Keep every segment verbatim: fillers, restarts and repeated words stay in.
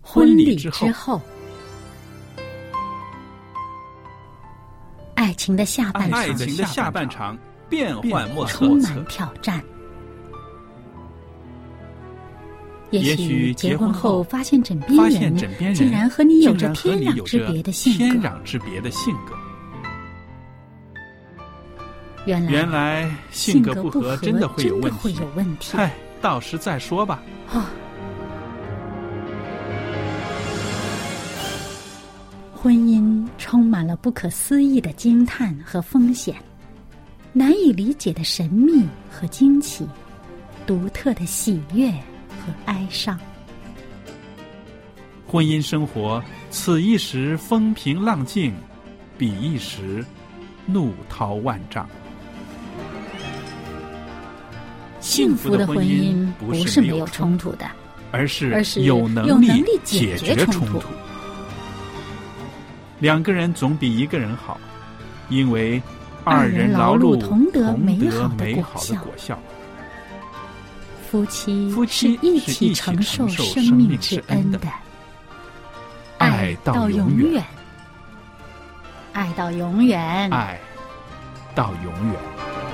婚礼之后，爱情的下半场， 爱情的下半场变幻莫测， 充满挑战。也许结婚后发现枕边人竟然和你有着天壤之别的性格， 天壤之别的性格。 原来原来性格不合真的会有问题， 问题。 嗨，到时再说吧。 哦，婚姻充满了不可思议的惊叹和风险，难以理解的神秘和惊奇，独特的喜悦和哀伤。 婚姻生活，此一时风平浪静，彼一时怒涛万丈。 幸福的婚姻不是没有冲突的， 而是而是有能力解决冲突。两个人总比一个人好，因为二人劳碌同得美好的果效。 夫妻夫妻是一起承受生命之恩的， 爱到永远， 爱到永远， 爱到永远。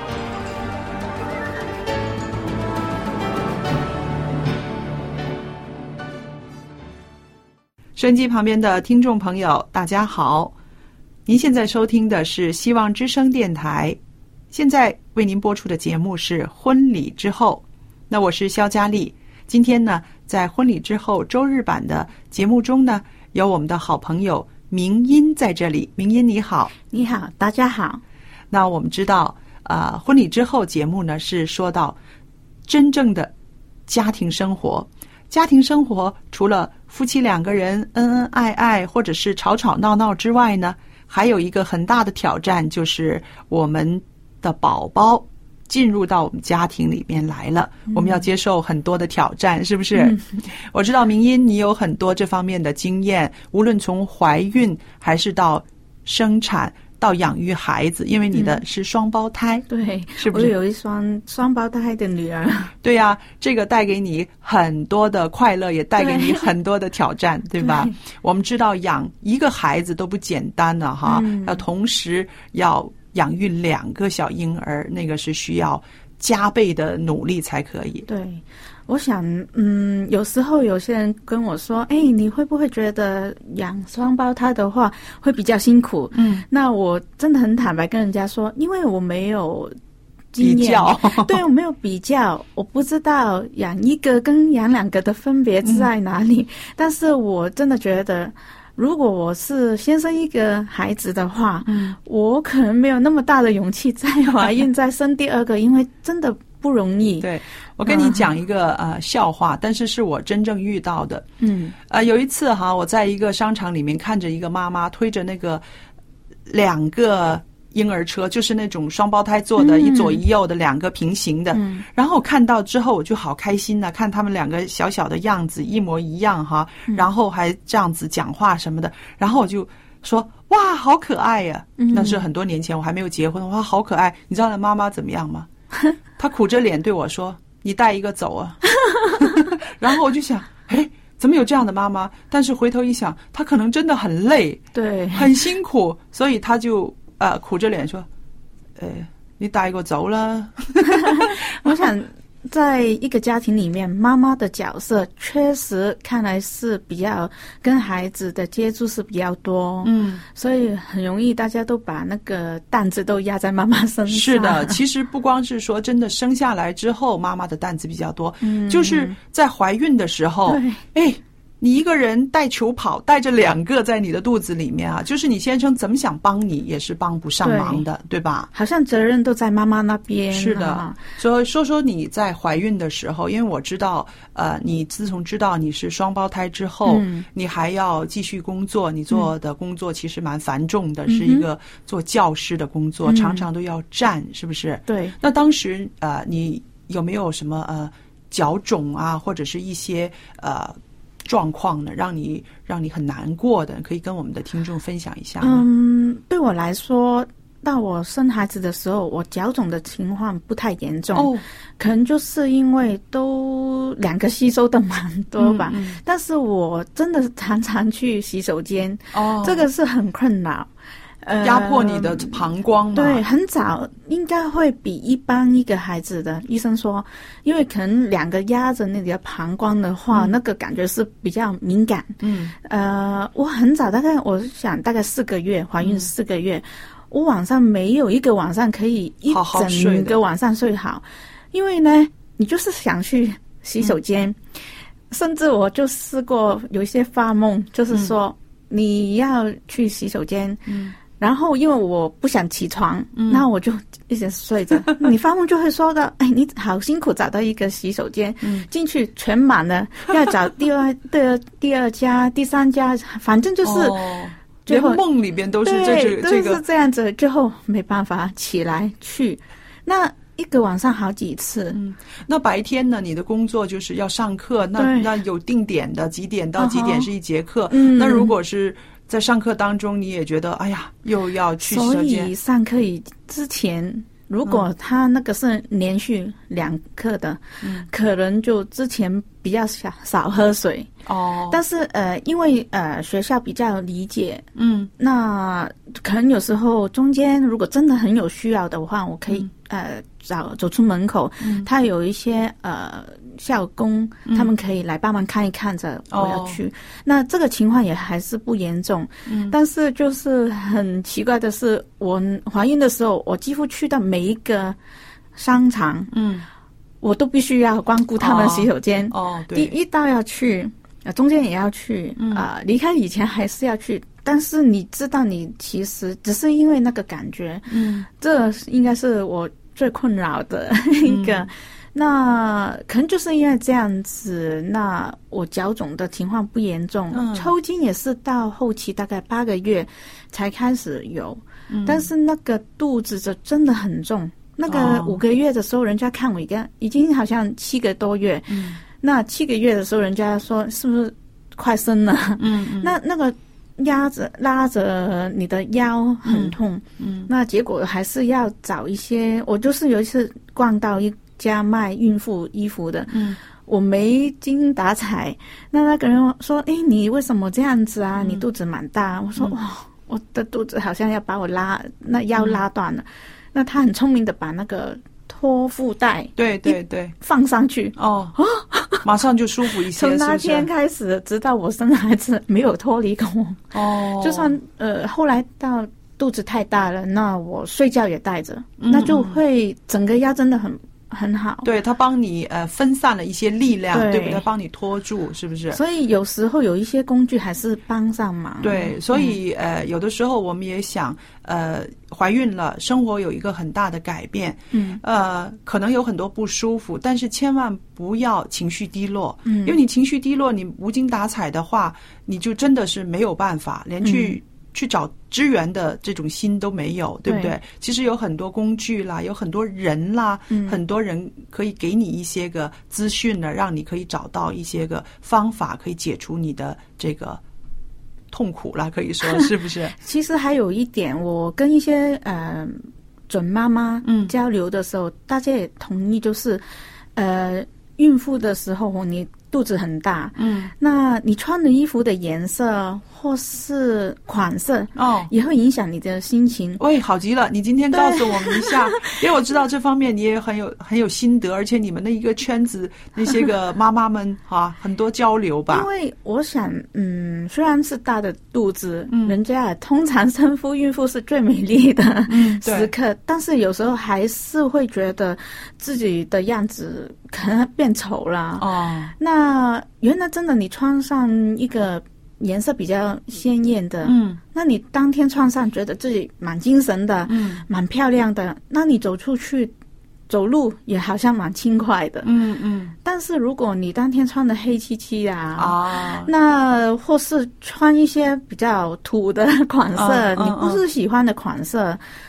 收音机旁边的听众朋友大家好，您现在收听的是希望之声电台，现在为您播出的节目是婚礼之后。那我是肖佳丽，今天呢在婚礼之后周日版的节目中呢，有我们的好朋友明音在这里。明音你好。 你好，大家好。 那我们知道呃，婚礼之后节目呢是说到真正的家庭生活，家庭生活除了夫妻两个人恩恩爱爱或者是吵吵闹闹之外呢，还有一个很大的挑战，就是我们的宝宝进入到我们家庭里面来了，嗯、我们要接受很多的挑战，是不是？嗯、我知道明音你有很多这方面的经验，无论从怀孕还是到生产到养育孩子，因为你的是双胞胎， 嗯、对， 是不是？ 我有一双双胞胎的女儿。 对呀、啊，这个带给你很多的快乐，也带给你很多的挑战， 对, 对吧？对，我们知道养一个孩子都不简单了哈，嗯、要同时要养育两个小婴儿，那个是需要加倍的努力才可以。 对，我想，嗯，有时候有些人跟我说，哎，你会不会觉得养双胞胎的话会比较辛苦？嗯，那我真的很坦白跟人家说，因为我没有经验， 比较对，我没有比较，我不知道养一个跟养两个的分别在哪里。嗯、但是我真的觉得，如果我是先生一个孩子的话，嗯，我可能没有那么大的勇气再怀孕再生第二个，因为真的不容易。 对，我跟你讲一个、嗯、呃笑话，但是是我真正遇到的。嗯，呃，有一次哈，我在一个商场里面看着一个妈妈推着那个两个婴儿车，就是那种双胞胎坐的，一左一右的两个平行的。嗯，然后我看到之后我就好开心呢、啊，看他们两个小小的样子一模一样哈，然后还这样子讲话什么的，然后我就说哇，好可爱呀、啊！嗯、那是很多年前，我还没有结婚，哇，好可爱！你知道那妈妈怎么样吗？她苦着脸对我说：“你带一个走啊。”然后我就想，哎，怎么有这样的妈妈？但是回头一想，她可能真的很累， 对， 很辛苦，所以她就。呃，苦着脸说：“呃，你带我走了。” 我想，在一个家庭里面，妈妈的角色确实看来是比较跟孩子的接触是比较多，嗯，所以很容易大家都把那个担子都压在妈妈身上。 是的，其实不光是说真的生下来之后妈妈的担子比较多，嗯，就是在怀孕的时候，哎。你一个人带球跑，带着两个在你的肚子里面啊，就是你先生怎么想帮你也是帮不上忙的， 对, 对吧？ 好像责任都在妈妈那边。 是的，啊、所以说说你在怀孕的时候，因为我知道，呃，你自从知道你是双胞胎之后，嗯、你还要继续工作，你做的工作其实蛮繁重的，嗯、是一个做教师的工作，嗯、常常都要站，是不是？ 对。 那当时呃，你有没有什么呃脚肿啊，或者是一些呃？状况呢，让你让你很难过的，可以跟我们的听众分享一下吗？ 嗯，对我来说， 到我生孩子的时候，我脚肿的情况不太严重， 哦， 可能就是因为都两个吸收的蛮多吧。嗯嗯、但是我真的常常去洗手间，哦，这个是很困扰。 压迫你的膀胱嘛、 呃、对，很早应该会比一般一个孩子的医生说，因为可能两个压着那个膀胱的话、嗯、那个感觉是比较敏感。嗯，呃，我很早，大概我想大概四个月怀孕四个月、嗯、我晚上没有一个晚上可以一整个晚上睡好，好好因为呢你就是想去洗手间、嗯、甚至我就试过有一些发梦，就是说、嗯、你要去洗手间，嗯，然后因为我不想起床，嗯，那我就一直睡着。你发梦就会说到，哎，你好辛苦找到一个洗手间，嗯，进去全满了，要找第二、第二、第二家、第三家，反正就是， 哦、连梦里边都是这这这个，都是这样子。最后没办法起来去，那一个晚上好几次。 嗯，那白天呢？你的工作就是要上课，那那有定点的，几点到几点是一节课？嗯，那如果是在上课当中你也觉得哎呀又要去洗手间， 所以上课之前如果他那个是连续两课的、嗯、可能就之前比较少少喝水哦。但是呃因为呃学校比较理解，嗯，那可能有时候中间如果真的很有需要的话，我可以、嗯、呃找走出门口，嗯，他有一些呃校工、嗯、他们可以来帮忙看一看着我要去、哦、那这个情况也还是不严重，嗯，但是就是很奇怪的是，我怀孕的时候我几乎去到每一个商场，嗯，我都必须要光顾他们洗手间，哦，哦对，第一道要去，中间也要去，啊、嗯呃，离开以前还是要去，但是你知道你其实只是因为那个感觉，嗯，这应该是我最困扰的一个、嗯，那可能就是因为这样子，那我脚肿的情况不严重、嗯、抽筋也是到后期大概八个月才开始有、嗯、但是那个肚子就真的很重，那个五个月的时候人家看我一个已经好像七个多月、嗯、那七个月的时候人家说是不是快生了，嗯嗯，那那个压着拉着你的腰很痛，嗯，嗯那结果还是要找一些，我就是有一次逛到一家卖孕妇衣服的，嗯，我没精打采，那那个人说，诶，你为什么这样子啊？嗯、你肚子蛮大。我说，哇、嗯哦，我的肚子好像要把我拉那腰拉断了。嗯、那他很聪明的把那个托腹带， 对对对， 放上去，哦， 马上就舒服一些。 从那天开始，直到我生孩子没有脱离过我。哦，就算呃后来到肚子太大了，那我睡觉也带着、嗯，那就会整个腰真的很。很好， 对，他帮你呃分散了一些力量， 对, 对不对？帮你拖住，是不是？ 所以有时候有一些工具还是帮上忙。 对，所以、嗯、呃有的时候我们也想呃怀孕了，生活有一个很大的改变，嗯，呃可能有很多不舒服，但是千万不要情绪低落，嗯，因为你情绪低落，你无精打采的话，你就真的是没有办法，连去。嗯去找支援的这种心都没有，对不对？对，其实有很多工具啦，有很多人啦、嗯、很多人可以给你一些个资讯呢，让你可以找到一些个方法，可以解除你的这个痛苦啦，可以说是不是？ 其实还有一点，我跟一些呃准妈妈交流的时候、嗯、大家也同意，就是呃孕妇的时候你肚子很大，嗯，那你穿的衣服的颜色或是款式哦，也会影响你的心情。 喂，好极了，你今天告诉我们一下，因为我知道这方面你也很有很有心得，而且你们的一个圈子那些个妈妈们啊，很多交流吧。 因为我想，嗯，虽然是大的肚子，嗯，人家通常称呼孕妇是最美丽的时刻、嗯，但是有时候还是会觉得自己的样子可能变丑了哦。那那原来真的，你穿上一个颜色比较鲜艳的，嗯，那你当天穿上觉得自己蛮精神的，嗯，蛮漂亮的，那你走出去走路也好像蛮轻快的，嗯嗯。但是如果你当天穿的黑漆漆啊，啊，那或是穿一些比较土的款式，啊、你不是喜欢的款式。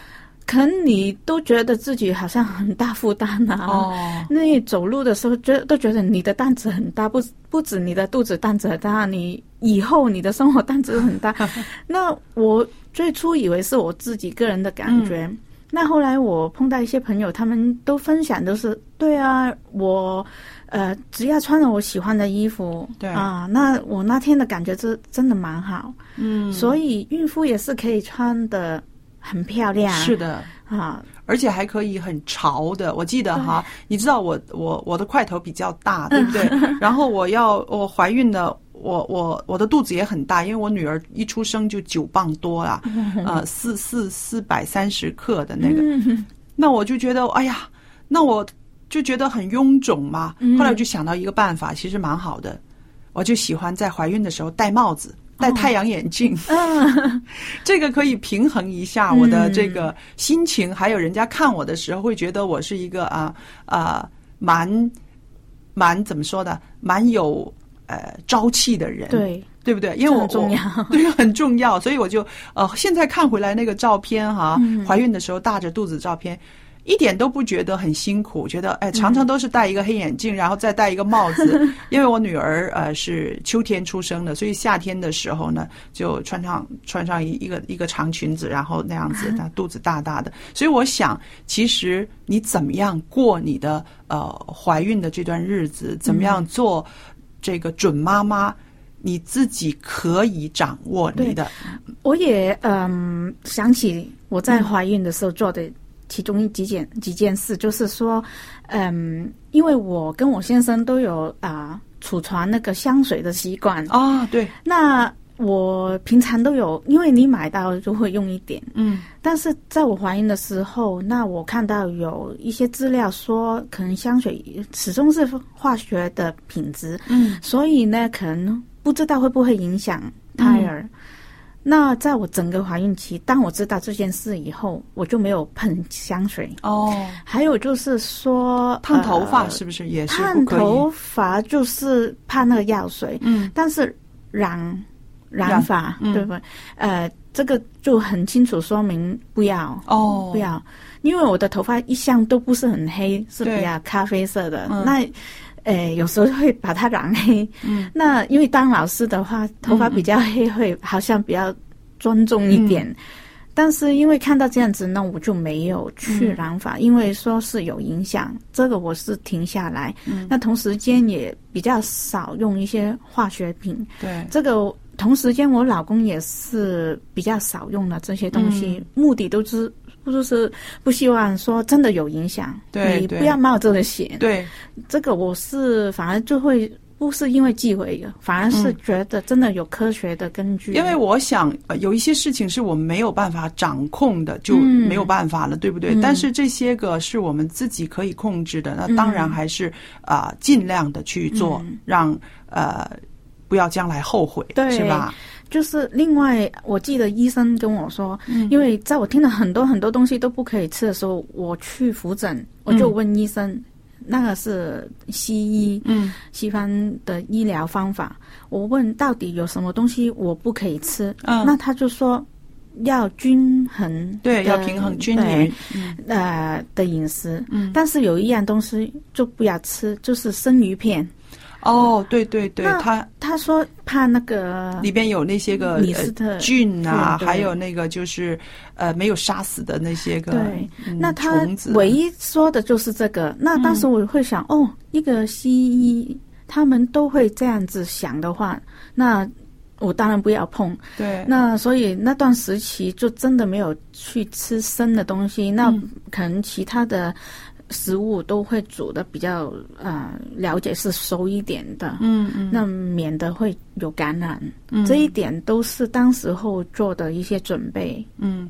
可能你都觉得自己好像很大负担啊。 哦， 那你走路的时候觉都觉得你的担子很大，不不止你的肚子担子很大，你以后你的生活担子很大。那我最初以为是我自己个人的感觉。嗯，那后来我碰到一些朋友，他们都分享都是对啊，我呃只要穿了我喜欢的衣服， 对啊，那我那天的感觉真真的蛮好。嗯，所以孕妇也是可以穿的很漂亮。 是的啊，而且还可以很潮的。我记得哈，你知道我我我的块头比较大，对不对？然后我要我怀孕的。我我我的肚子也很大，因为我女儿一出生就九磅多啦，呃，四四四百三十克的那个，那我就觉得，哎呀，那我就觉得很臃肿嘛。后来我就想到一个办法，其实蛮好的，我就喜欢在怀孕的时候戴帽子、戴太阳眼镜，哦、这个可以平衡一下我的这个心情，还有人家看我的时候会觉得我是一个啊啊蛮蛮怎么说的，蛮有。呃，朝气的人， 对对不对？因为我很重要， 对，很重要，所以我就呃，现在看回来那个照片哈，嗯、怀孕的时候大着肚子照片，一点都不觉得很辛苦，觉得哎，常常都是戴一个黑眼镜，嗯、然后再戴一个帽子。因为我女儿呃是秋天出生的，所以夏天的时候呢，就穿上穿上一一个一个长裙子，然后那样子，她肚子大大的。所以我想，其实你怎么样过你的呃怀孕的这段日子，怎么样做？嗯这个准妈妈，你自己可以掌握你的。 我也嗯想起我在怀孕的时候做的其中几件、嗯、几件事，就是说，嗯，因为我跟我先生都有啊、呃、储存那个香水的习惯啊，对， 那。我平常都有，因为你买到就会用一点，嗯，但是在我怀孕的时候，那我看到有一些资料说，可能香水始终是化学的品质，嗯，所以呢，可能不知道会不会影响胎儿。嗯、那在我整个怀孕期，当我知道这件事以后，我就没有喷香水。哦，还有就是说， 烫头发是不是也是不可以？ 烫头发就是怕那个药水，嗯，但是染。染发、嗯、对不对？呃，这个就很清楚说明不要哦，不要，因为我的头发一向都不是很黑，是比较咖啡色的。嗯、那呃，有时候会把它染黑。嗯，那因为当老师的话，头发比较黑会好像比较庄重一点。嗯、但是因为看到这样子，那我就没有去染发，嗯、因为说是有影响，这个我是停下来。嗯，那同时间也比较少用一些化学品。对，这个。同时间，我老公也是比较少用了这些东西，嗯、目的都是就是不希望说真的有影响， 对， 你不要冒这个险。 对， 这个我是反而就会不是因为忌讳，反而是觉得真的有科学的根据。 因为我想，呃、有一些事情是我们没有办法掌控的，就没有办法了，嗯、对不对？嗯、但是这些个是我们自己可以控制的，那当然还是啊、呃、尽量的去做，嗯、让呃。不要将来后悔，是吧？ 就是另外，我记得医生跟我说，嗯、因为在我听了很多很多东西都不可以吃的时候，我去复诊，我就问医生，嗯、那个是西医，嗯，西方的医疗方法。我问到底有什么东西我不可以吃，嗯、那他就说要均衡， 对，要平衡均匀， 嗯、呃的饮食。嗯，但是有一样东西就不要吃，就是生鱼片。 哦，对对对，他他说怕那个里边有那些个李斯特、 呃、菌啊，还有那个就是呃没有杀死的那些个对， 嗯、 那他唯一说的就是这个。那当时我会想，嗯、哦，一个西医他们都会这样子想的话，那我当然不要碰。对，那所以那段时期就真的没有去吃生的东西，那可能其他的。食物都会煮的比较呃了解是熟一点的，嗯嗯，那免得会有感染，嗯，这一点都是当时候做的一些准备，嗯。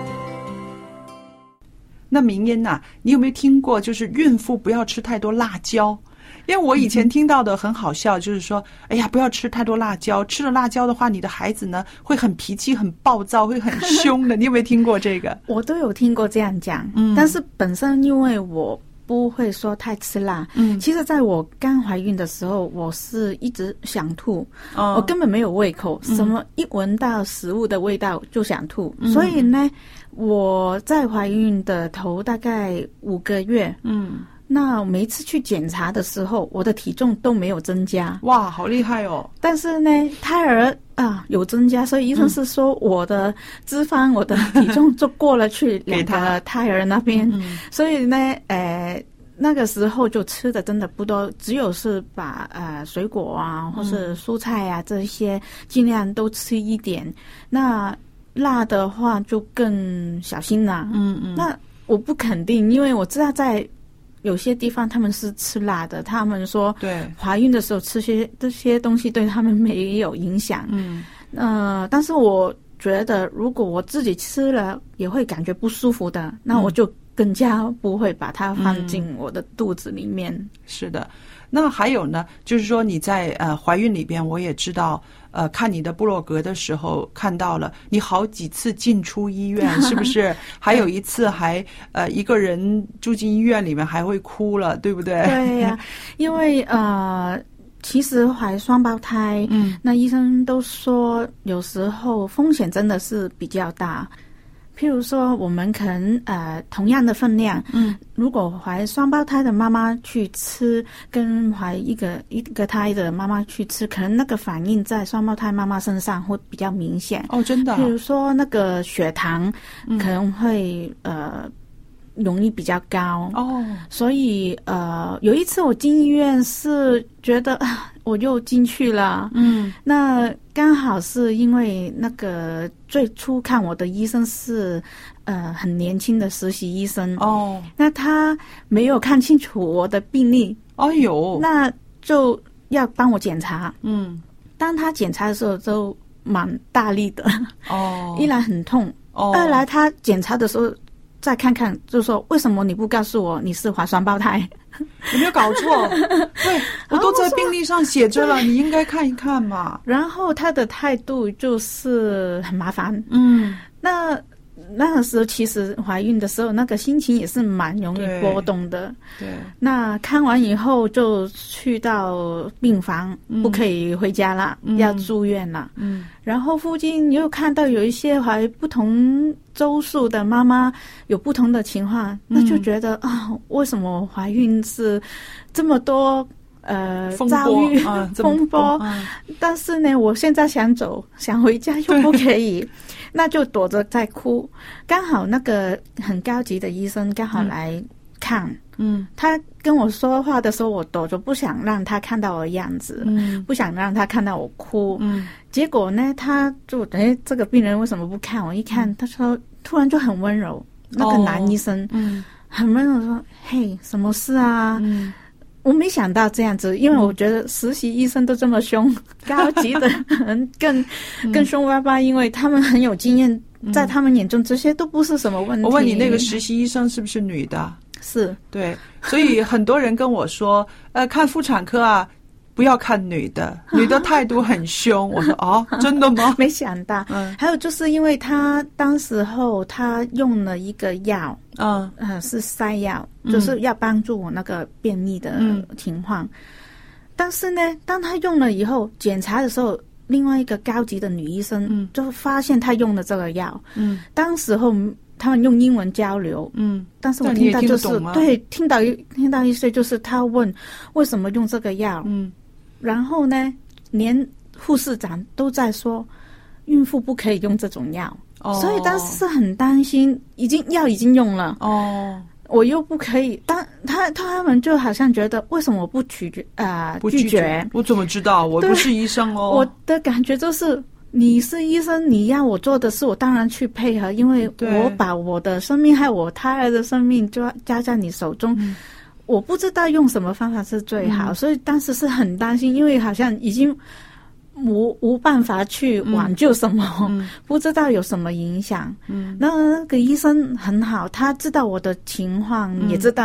那明音呐、啊，你有没有听过，就是孕妇不要吃太多辣椒？ 因为我以前听到的很好笑，就是说，哎呀，不要吃太多辣椒，吃了辣椒的话，你的孩子呢会很脾气、很暴躁、会很凶的。你有没有听过这个？ 我都有听过这样讲，嗯，但是本身因为我不会说太吃辣，嗯，其实在我刚怀孕的时候，我是一直想吐，哦，我根本没有胃口，嗯，什么一闻到食物的味道就想吐，嗯，所以呢，我在怀孕的头大概五个月，嗯。那每一次去检查的时候，我的体重都没有增加。 哇，好厉害哦！ 但是呢，胎儿啊有增加，所以医生是说我的脂肪、嗯、我的体重就过了去两个胎儿那边，嗯、所以呢，呃，那个时候就吃的真的不多，只有是把呃水果啊或是蔬菜啊这些尽量都吃一点。那辣的话就更小心啦。嗯嗯。那我不肯定，因为我知道在有些地方他们是吃辣的，他们说对怀孕的时候吃些这些东西对他们没有影响。嗯，呃，但是我觉得如果我自己吃了也会感觉不舒服的，那我就更加不会把它放进我的肚子里面。嗯、 是的，那还有呢，就是说你在呃怀孕里边，我也知道。呃，看你的部落格的时候看到了，你好几次进出医院，是不是？还有一次还呃一个人住进医院里面还会哭了，对不对？ 对呀、啊，因为呃，其实怀双胞胎，嗯，那医生都说有时候风险真的是比较大。譬如说，我们可能呃同样的分量，嗯，如果怀双胞胎的妈妈去吃，跟怀一个一个胎的妈妈去吃，可能那个反应在双胞胎妈妈身上会比较明显。 哦，真的、啊。 譬如说，那个血糖可能会、嗯、呃容易比较高。哦，所以呃有一次我进医院是觉得我又进去了，嗯，那刚好是因为那个最初看我的医生是呃很年轻的实习医生哦，那他没有看清楚我的病历， 哎呦， 那就要帮我检查，嗯，当他检查的时候就蛮大力的哦，一来很痛，哦，二来他检查的时候再看看，就说为什么你不告诉我你是怀双胞胎？ 有没有搞错？对，我都在病历上写着了，你应该看一看嘛。 然后他的态度就是很麻烦，嗯，那那个时候其实怀孕的时候，那个心情也是蛮容易波动的。对，对那看完以后就去到病房，嗯、不可以回家了，嗯、要住院了。嗯，然后附近又看到有一些怀不同周数的妈妈有不同的情况，嗯、那就觉得啊，为什么怀孕是这么多？呃，遭遇啊、 风波，啊、但是呢，我现在想走，想回家又不可以，那就躲着在哭。刚好那个很高级的医生刚好来看，嗯，他跟我说话的时候，我躲着，不想让他看到我的样子，嗯，不想让他看到我哭，嗯，结果呢，他就哎，这个病人为什么不看我？一看，他说突然就很温柔，那个男医生，哦、嗯，很温柔说，嘿，什么事啊？嗯。我没想到这样子，因为我觉得实习医生都这么凶，嗯、高级的人更更凶巴巴，因为他们很有经验，嗯、在他们眼中这些都不是什么问题。 我问你，那个实习医生是不是女的？ 是， 对，所以很多人跟我说，呃，看妇产科啊，不要看女的，女的态度很凶。我说哦，真的吗？ 没想到。嗯，还有就是因为他当时候他用了一个药，嗯，呃，是塞药，就是要帮助我那个便秘的情况。嗯、但是呢，当他用了以后，检查的时候，另外一个高级的女医生，嗯，就发现他用了这个药。嗯，当时候他们用英文交流，嗯，但是我听到就是对，听到一听到一些就是他问为什么用这个药，嗯。然后呢，连护士长都在说，孕妇不可以用这种药，哦、所以当时是很担心，已经药已经用了，哦，我又不可以，当他他们就好像觉得，为什么我不拒绝啊、呃？拒绝？ 我怎么知道？我不是医生哦。 我的感觉就是，你是医生，你要我做的事，我当然去配合，因为我把我的生命还有我胎儿的生命就要交在你手中。嗯我不知道用什么方法是最好，嗯、所以当时是很担心，因为好像已经无无办法去挽救什么，嗯、不知道有什么影响。嗯，那那个医生很好，他知道我的情况，嗯、也知道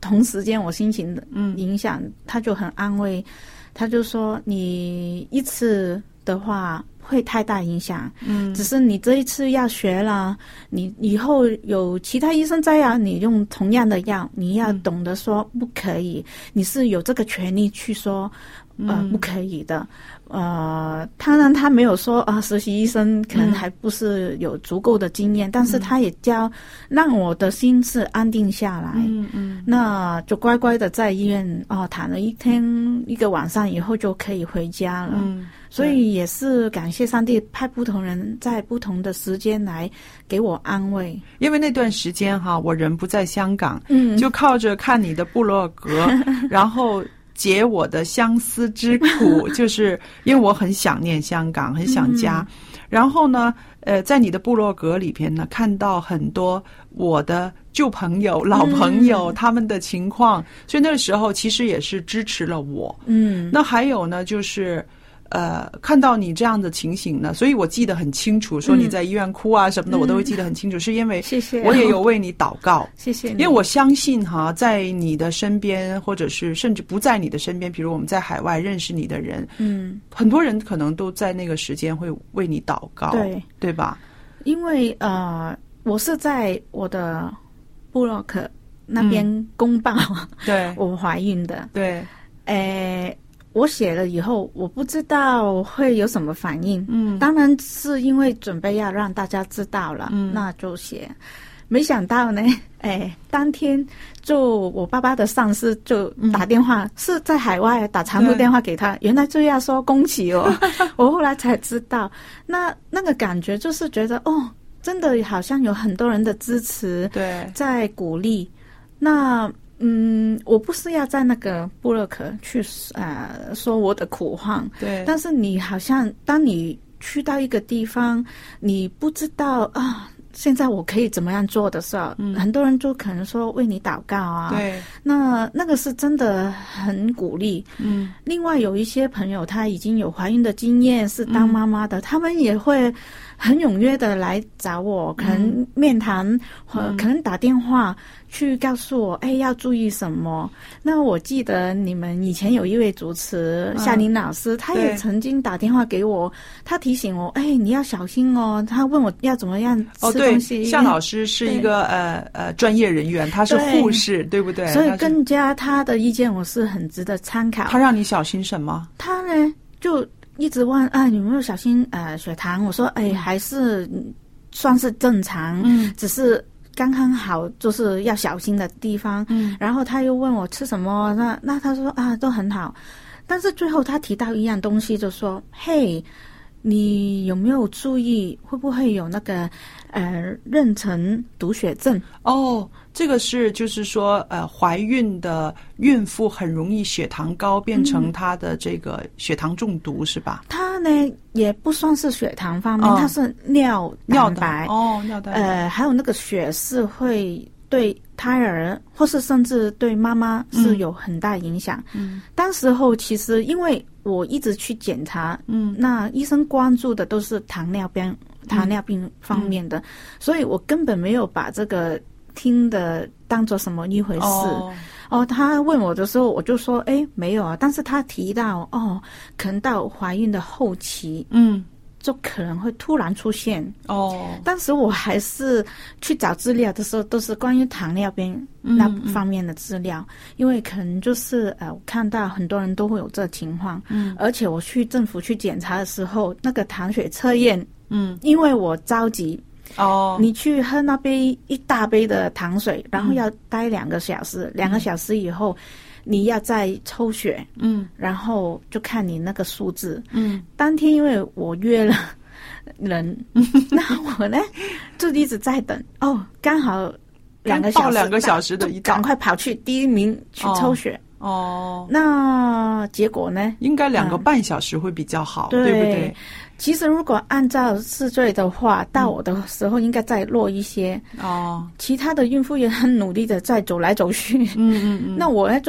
同时间我心情的影响，嗯、他就很安慰，他就说你一次的话会太大影响，嗯，只是你这一次要学了，你以后有其他医生再要你用同样的药，你要懂得说不可以，嗯、你是有这个权利去说，呃，嗯、不可以的。呃，当然他没有说啊，实习医生可能还不是有足够的经验，嗯、但是他也教让我的心是安定下来，嗯嗯，那就乖乖的在医院哦躺了一天一个晚上以后就可以回家了，嗯，所以也是感谢上帝派不同人在不同的时间来给我安慰。 因为那段时间哈，我人不在香港，嗯，就靠着看你的部落格，然后解我的相思之苦，就是因为我很想念香港，很想家。嗯、然后呢，呃，在你的部落格里边呢，看到很多我的旧朋友、老朋友、嗯、他们的情况，所以那个时候其实也是支持了我。嗯，那还有呢，就是呃，看到你这样的情形呢，所以我记得很清楚，说你在医院哭啊什么的，嗯、我都会记得很清楚，是因为我也有为你祷告， 谢谢你， 因为我相信哈，在你的身边，或者是甚至不在你的身边，比如我们在海外认识你的人，嗯，很多人可能都在那个时间会为你祷告， 对对吧？ 因为呃，我是在我的部落格那边公报，嗯、对，我怀孕的， 对， 诶。我写了以后，我不知道会有什么反应。嗯，当然是因为准备要让大家知道了，嗯，那就写。没想到呢，哎，当天就我爸爸的上司就打电话，嗯、是在海外打长途电话给他，原来就要说恭喜哦。我后来才知道，那那个感觉就是觉得哦，真的好像有很多人的支持， 对， 在鼓励。那。嗯，我不是要在那个部落格去呃说我的苦况， 对。 但是你好像当你去到一个地方，你不知道啊，现在我可以怎么样做的时候，嗯、很多人就可能说为你祷告啊， 对。 那那个是真的很鼓励。嗯。另外有一些朋友他已经有怀孕的经验，是当妈妈的，嗯、他们也会很踊跃的来找我，可能面谈，嗯、可能打电话。去告诉我，哎，要注意什么？那我记得你们以前有一位主持夏琳老师，嗯、他也曾经打电话给我，他提醒我，哎，你要小心哦。他问我要怎么样吃东西。 哦，对，夏老师是一个呃呃专业人员，他是护士， 对, 对不对？ 所以更加他的意见我是很值得参考。 他让你小心什么？ 他呢就一直问啊，有没有小心呃血糖？我说，哎，还是算是正常，嗯，只是。刚刚好就是要小心的地方，嗯，然后他又问我吃什么，那那他说啊都很好，但是最后他提到一样东西，就说嘿，你有没有注意会不会有那个呃妊娠毒血症？ 哦，这个是就是说呃怀孕的孕妇很容易血糖高，变成她的这个血糖中毒，嗯、是吧？ 她呢也不算是血糖方面，它、哦、是尿蛋白哦，尿蛋白呃还有那个血是会对胎儿或是甚至对妈妈是有很大影响。嗯，当时候其实因为我一直去检查，嗯，那医生关注的都是糖尿病、糖尿病方面的，嗯、所以我根本没有把这个听的当作什么一回事。哦，哦他问我的时候，我就说，哎，没有啊。但是他提到，哦，可能到怀孕的后期，嗯。就可能会突然出现哦。当时我还是去找资料的时候，都是关于糖尿病那方面的资料，嗯嗯因为可能就是呃，我看到很多人都会有这情况，嗯，而且我去政府去检查的时候，那个糖血测验，嗯，因为我着急。哦，你去喝那杯一大杯的糖水，然后要待两个小时，嗯、两个小时以后。你要再抽血，嗯，然后就看你那个数字，嗯，当天因为我约了人，那我呢就一直在等，哦，刚好两个小时， 两个小时的一赶快跑去第一名去抽血，哦，那结果呢？ 应该两个半小时会比较好，嗯、对不对？ 其实如果按照次序的话，到我的时候应该再弱一些哦。其他的孕妇也很努力的在走来走去，嗯嗯嗯。那我呢就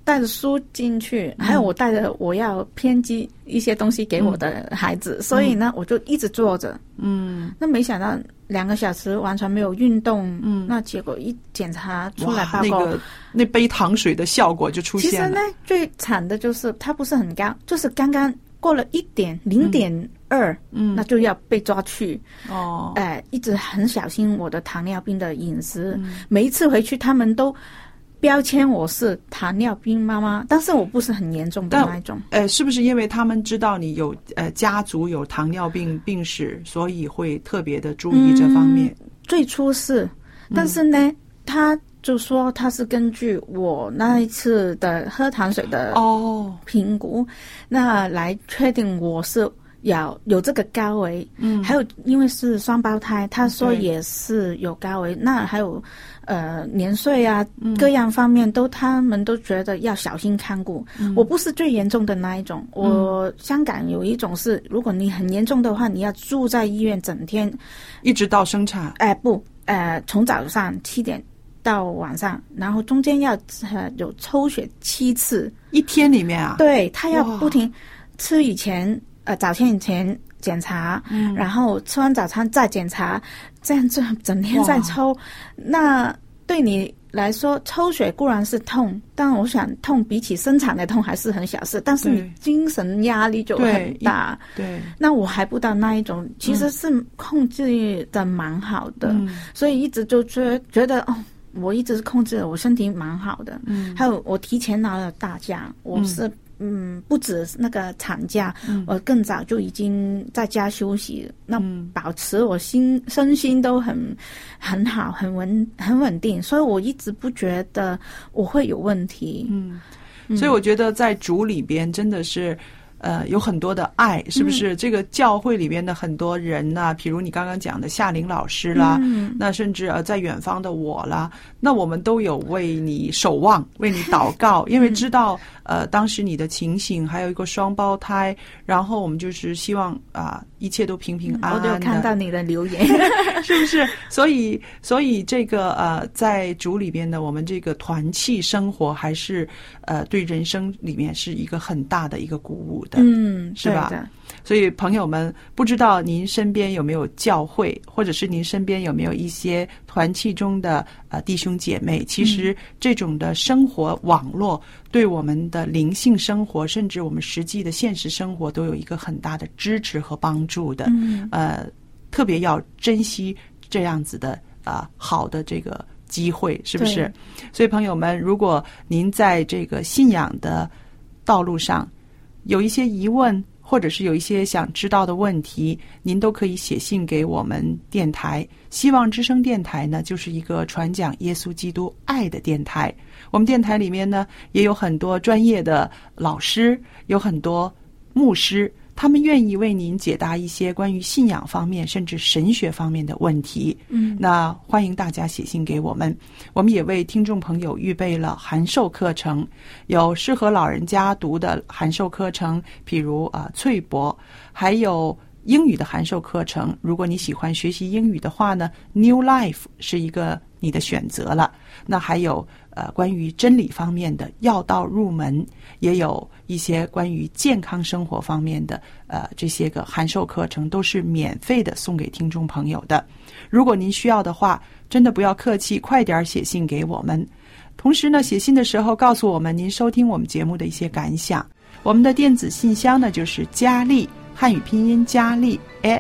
带着书进去，还有我带着我要编辑一些东西给我的孩子，嗯、所以呢，我就一直坐着。嗯，那没想到两个小时完全没有运动，嗯，那结果一检查出来报告， 那个那杯糖水的效果就出现了。 其实呢，最惨的就是它不是很高，就是刚刚过了一点零点二，嗯，那就要被抓去。哦，哎、呃，一直很小心我的糖尿病的饮食，嗯、每一次回去他们都标签我是糖尿病妈妈，但是我不是很严重的那一种。 呃，是不是因为他们知道你有呃家族有糖尿病病史，所以会特别的注意这方面？ 嗯、最初是，但是呢，嗯、他就说他是根据我那一次的喝糖水的哦评估，哦、那来确定我是有有这个高危。嗯，还有因为是双胞胎，他说也是有高危。那还有呃年岁啊，嗯、各样方面都他们都觉得要小心看顾。嗯、我不是最严重的那一种，我香港有一种是，如果你很严重的话，你要住在医院整天， 一直到生产。 哎、呃、不，呃从早上七点到晚上，然后中间要呃有抽血七次， 一天里面啊？ 对，他要不停吃以前呃早餐以前检查，嗯，然后吃完早餐再检查，这样就整天在抽。那对你来说，抽血固然是痛，但我想痛比起生产的痛还是很小事，但是你精神压力就很大。 对，对那我还不到那一种，其实是控制的蛮好的，嗯、所以一直就觉觉得哦。我一直控制了，我身体蛮好的。嗯，还有我提前拿了大假，我是嗯不止那个产假，嗯、我更早就已经在家休息，那保持我心身心都很很好，很稳很稳定，所以我一直不觉得我会有问题。 嗯，所以我觉得在主里边真的是。呃，有很多的爱，是不是？嗯、这个教会里边的很多人呐、啊，比如你刚刚讲的夏玲老师啦，嗯、那甚至呃在远方的我啦，那我们都有为你守望，为你祷告，因为知道呃当时你的情形，还有一个双胞胎，然后我们就是希望啊、呃、一切都平平安安的。 我都有看到你的留言， 是不是？所以所以这个呃在主里边的我们这个团契生活，还是呃对人生里面是一个很大的一个鼓舞的。 嗯， 是吧？所以朋友们，不知道您身边有没有教会，或者是您身边有没有一些团契中的呃弟兄姐妹？其实这种的生活网络对我们的灵性生活，甚至我们实际的现实生活，都有一个很大的支持和帮助的。嗯，呃，特别要珍惜这样子的啊、呃、好的这个机会，是不是？所以朋友们，如果您在这个信仰的道路上有一些疑问，或者是有一些想知道的问题，您都可以写信给我们电台。希望之声电台呢，就是一个传讲耶稣基督爱的电台。我们电台里面呢，也有很多专业的老师，有很多牧师，他们愿意为您解答一些关于信仰方面甚至神学方面的问题。嗯，那欢迎大家写信给我们。我们也为听众朋友预备了函授课程，有适合老人家读的函授课程，譬如啊、呃、翠博，还有英语的函授课程。如果你喜欢学习英语的话呢， New Life 是一个你的选择了。那还有呃关于真理方面的要道入门，也有一些关于健康生活方面的呃这些个函授课程，都是免费的送给听众朋友的。如果您需要的话，真的不要客气，快点写信给我们。同时呢，写信的时候告诉我们您收听我们节目的一些感想。我们的电子信箱呢就是佳丽，汉语拼音佳丽 at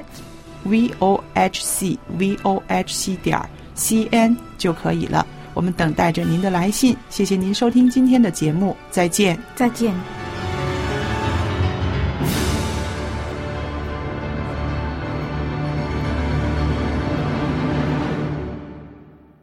vohc vohc 点 cn 就可以了。我们等待着您的来信，谢谢您收听今天的节目，再见， 再见。